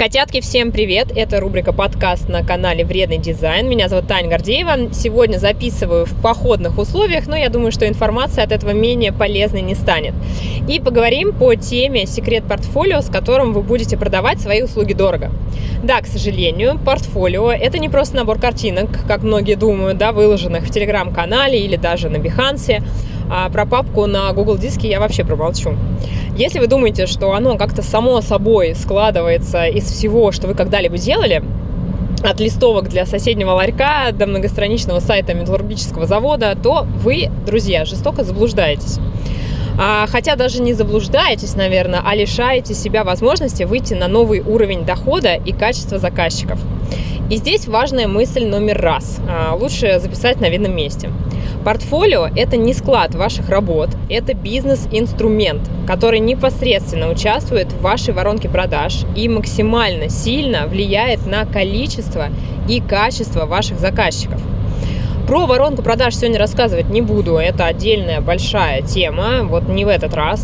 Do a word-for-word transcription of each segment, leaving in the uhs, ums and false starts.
Котятки, всем привет! Это рубрика «Подкаст» на канале «Вредный дизайн». Меня зовут Таня Гордеева. Сегодня записываю в походных условиях, но я думаю, что информация от этого менее полезной не станет. И поговорим по теме «Секрет портфолио», с которым вы будете продавать свои услуги дорого. Да, к сожалению, портфолио – это не просто набор картинок, как многие думают, да, выложенных в Телеграм-канале или даже на Behance. А про папку на Google Диске я вообще промолчу. Если вы думаете, что оно как-то само собой складывается из всего, что вы когда-либо делали, от листовок для соседнего ларька до многостраничного сайта металлургического завода, то вы, друзья, жестоко заблуждаетесь. А, хотя даже не заблуждаетесь, наверное, а лишаете себя возможности выйти на новый уровень дохода и качества заказчиков. И здесь важная мысль номер раз. А, лучше записать на видном месте. Портфолио – это не склад ваших работ, это бизнес-инструмент, который непосредственно участвует в вашей воронке продаж и максимально сильно влияет на количество и качество ваших заказчиков. Про воронку продаж сегодня рассказывать не буду, это отдельная большая тема, вот не в этот раз.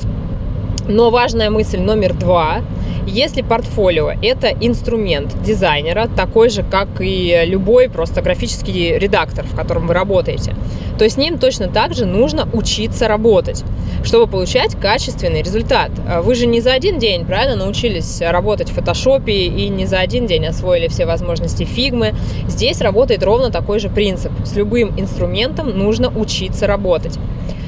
Но важная мысль номер два. Если портфолио – это инструмент дизайнера, такой же, как и любой просто графический редактор, в котором вы работаете, то с ним точно так же нужно учиться работать, чтобы получать качественный результат. Вы же не за один день, правильно, научились работать в фотошопе и не за один день освоили все возможности фигмы. Здесь работает ровно такой же принцип. С любым инструментом нужно учиться работать.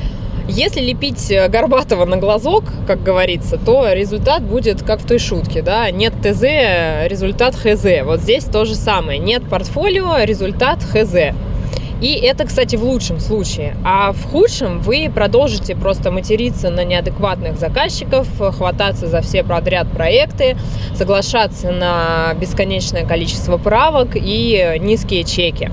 Если лепить Горбатова на глазок, как говорится, то результат будет как в той шутке, да, нет ТЗ, результат ХЗ. Вот здесь то же самое, нет портфолио, результат ХЗ. И это, кстати, в лучшем случае. А в худшем вы продолжите просто материться на неадекватных заказчиков, хвататься за все подряд проекты, соглашаться на бесконечное количество правок и низкие чеки.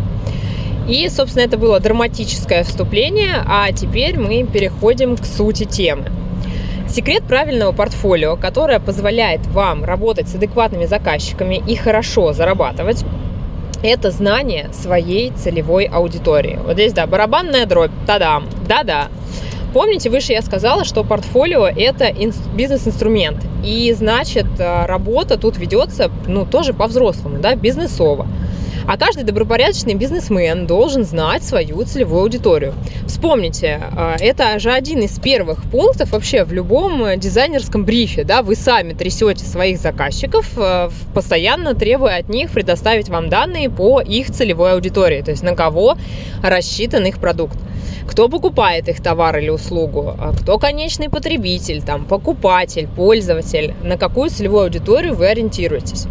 И, собственно, это было драматическое вступление, а теперь мы переходим к сути темы. Секрет правильного портфолио, которое позволяет вам работать с адекватными заказчиками и хорошо зарабатывать, это знание своей целевой аудитории. Вот здесь, да, барабанная дробь, та-дам, да-да. Помните, выше я сказала, что портфолио – это бизнес-инструмент, и, значит, работа тут ведется, ну, тоже по-взрослому, да, бизнесово. А каждый добропорядочный бизнесмен должен знать свою целевую аудиторию. Вспомните, это же один из первых пунктов вообще в любом дизайнерском брифе. Да? Вы сами трясете своих заказчиков, постоянно требуя от них предоставить вам данные по их целевой аудитории, то есть на кого рассчитан их продукт. Кто покупает их товар или услугу, кто конечный потребитель, там, покупатель, пользователь, на какую целевую аудиторию вы ориентируетесь.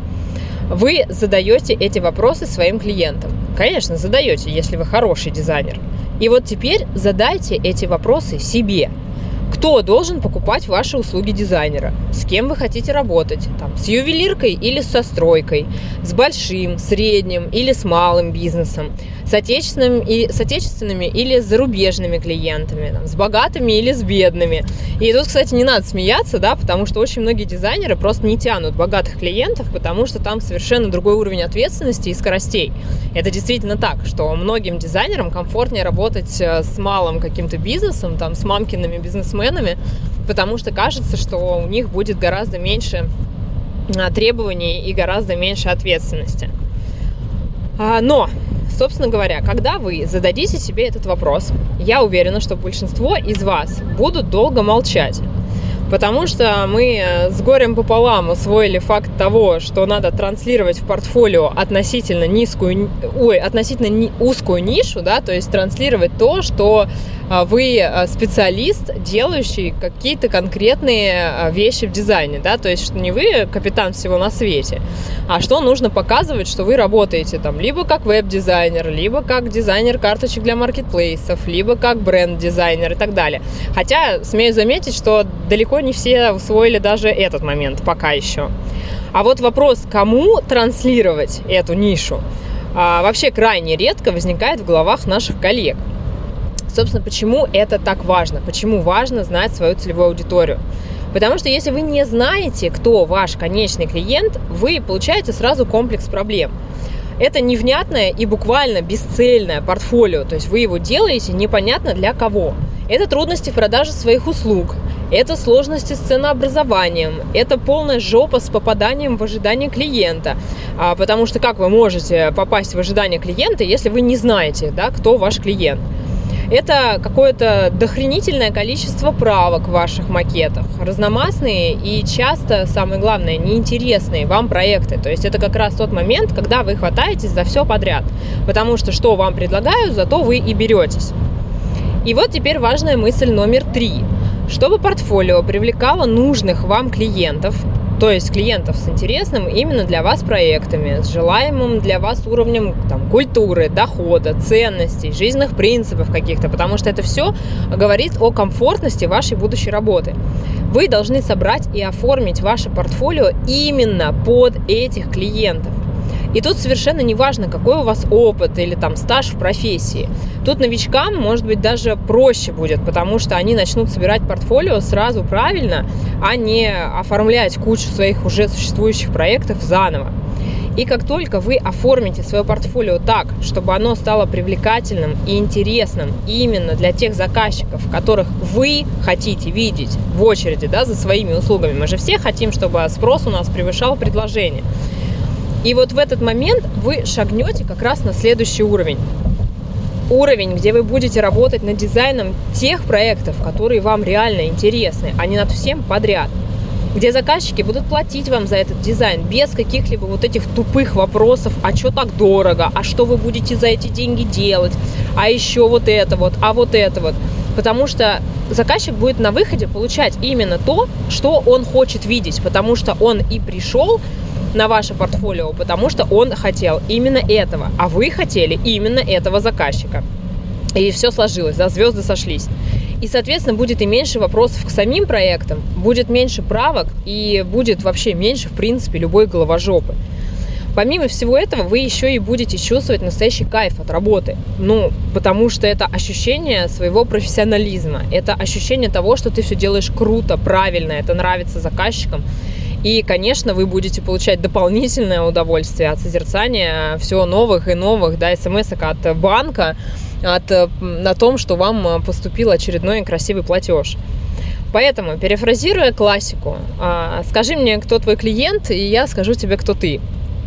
Вы задаете эти вопросы своим клиентам. Конечно, задаете, если вы хороший дизайнер. И вот теперь задайте эти вопросы себе. Кто должен покупать ваши услуги дизайнера? С кем вы хотите работать? Там, с ювелиркой или со стройкой? С большим, средним или с малым бизнесом? С отечественными, и, с отечественными или с зарубежными клиентами? Там, с богатыми или с бедными? И тут, кстати, не надо смеяться, да, потому что очень многие дизайнеры просто не тянут богатых клиентов, потому что там совершенно другой уровень ответственности и скоростей. Это действительно так, что многим дизайнерам комфортнее работать с малым каким-то бизнесом, там, с мамкиными бизнесменами, потому что кажется, что у них будет гораздо меньше требований и гораздо меньше ответственности. Но, собственно говоря, когда вы зададите себе этот вопрос, я уверена, что большинство из вас будут долго молчать. Потому что мы с горем пополам усвоили факт того, что надо транслировать в портфолио относительно низкую, ой, относительно ни, узкую нишу, да, то есть транслировать то, что вы специалист, делающий какие-то конкретные вещи в дизайне, да, то есть что не вы капитан всего на свете, а что нужно показывать, что вы работаете там либо как веб-дизайнер, либо как дизайнер карточек для маркетплейсов, либо как бренд-дизайнер и так далее. Хотя, смею заметить, что далеко не все усвоили даже этот момент пока еще. А вот вопрос, кому транслировать эту нишу, вообще крайне редко возникает в головах наших коллег. Собственно, почему это так важно? Почему важно знать свою целевую аудиторию? Потому что если вы не знаете, кто ваш конечный клиент, вы получаете сразу комплекс проблем. Это невнятное и буквально бесцельное портфолио, то есть вы его делаете непонятно для кого. Это трудности в продаже своих услуг, это сложности с ценообразованием, это полная жопа с попаданием в ожидание клиента, потому что как вы можете попасть в ожидание клиента, если вы не знаете, да, кто ваш клиент? Это какое-то дохренительное количество правок в ваших макетах, разномастные и часто, самое главное, неинтересные вам проекты. То есть это как раз тот момент, когда вы хватаетесь за все подряд, потому что что вам предлагают, зато вы и беретесь. И вот теперь важная мысль номер три. Чтобы портфолио привлекало нужных вам клиентов, то есть клиентов с интересным именно для вас проектами, с желаемым для вас уровнем там, культуры, дохода, ценностей, жизненных принципов каких-то, потому что это все говорит о комфортности вашей будущей работы. Вы должны собрать и оформить ваше портфолио именно под этих клиентов. И тут совершенно не важно, какой у вас опыт или там стаж в профессии. Тут новичкам, может быть, даже проще будет, потому что они начнут собирать портфолио сразу правильно, а не оформлять кучу своих уже существующих проектов заново. И как только вы оформите свое портфолио так, чтобы оно стало привлекательным и интересным именно для тех заказчиков, которых вы хотите видеть в очереди, да, за своими услугами, мы же все хотим, чтобы спрос у нас превышал предложение. И вот в этот момент вы шагнете как раз на следующий уровень. Уровень, где вы будете работать над дизайном тех проектов, которые вам реально интересны, а не над всем подряд. Где заказчики будут платить вам за этот дизайн без каких-либо вот этих тупых вопросов, а что так дорого, а что вы будете за эти деньги делать, а еще вот это вот, а вот это вот. Потому что заказчик будет на выходе получать именно то, что он хочет видеть, потому что он и пришел на ваше портфолио, потому что он хотел именно этого, а вы хотели именно этого заказчика. И все сложилось, да, звезды сошлись. И, соответственно, будет и меньше вопросов к самим проектам, будет меньше правок и будет вообще меньше, в принципе, любой головожопы. Помимо всего этого, вы еще и будете чувствовать настоящий кайф от работы. Ну, потому что это ощущение своего профессионализма, это ощущение того, что ты все делаешь круто, правильно, это нравится заказчикам. И, конечно, вы будете получать дополнительное удовольствие от созерцания всего новых и новых, да, смс-ок от банка, от, о том, что вам поступил очередной красивый платеж. Поэтому, перефразируя классику, скажи мне, кто твой клиент, и я скажу тебе, кто ты.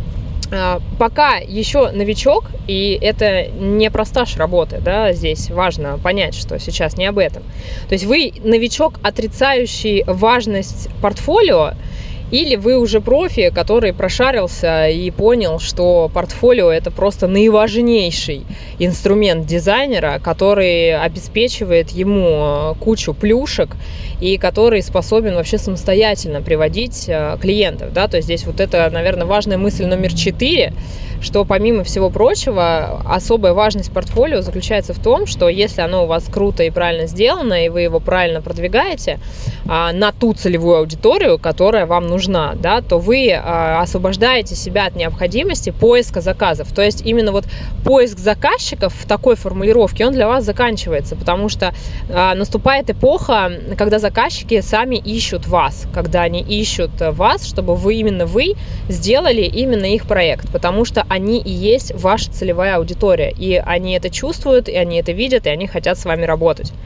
Пока еще новичок, и это не про стаж работы, да, здесь важно понять, что сейчас не об этом. То есть вы новичок, отрицающий важность портфолио, или вы уже профи, который прошарился и понял, что портфолио – это просто наиважнейший инструмент дизайнера, который обеспечивает ему кучу плюшек и который способен вообще самостоятельно приводить клиентов. Да? То есть здесь вот это, наверное, важная мысль номер четыре, что помимо всего прочего, особая важность портфолио заключается в том, что если оно у вас круто и правильно сделано, и вы его правильно продвигаете а, на ту целевую аудиторию, которая вам нужна, да, то вы а, освобождаете себя от необходимости поиска заказов. То есть именно вот поиск заказчиков в такой формулировке, он для вас заканчивается, потому что а, наступает эпоха, когда заказчики сами ищут вас, когда они ищут вас, чтобы вы, именно вы сделали именно их проект, потому что они и есть ваша целевая аудитория, и они это чувствуют, и они это видят, и они хотят с вами работать.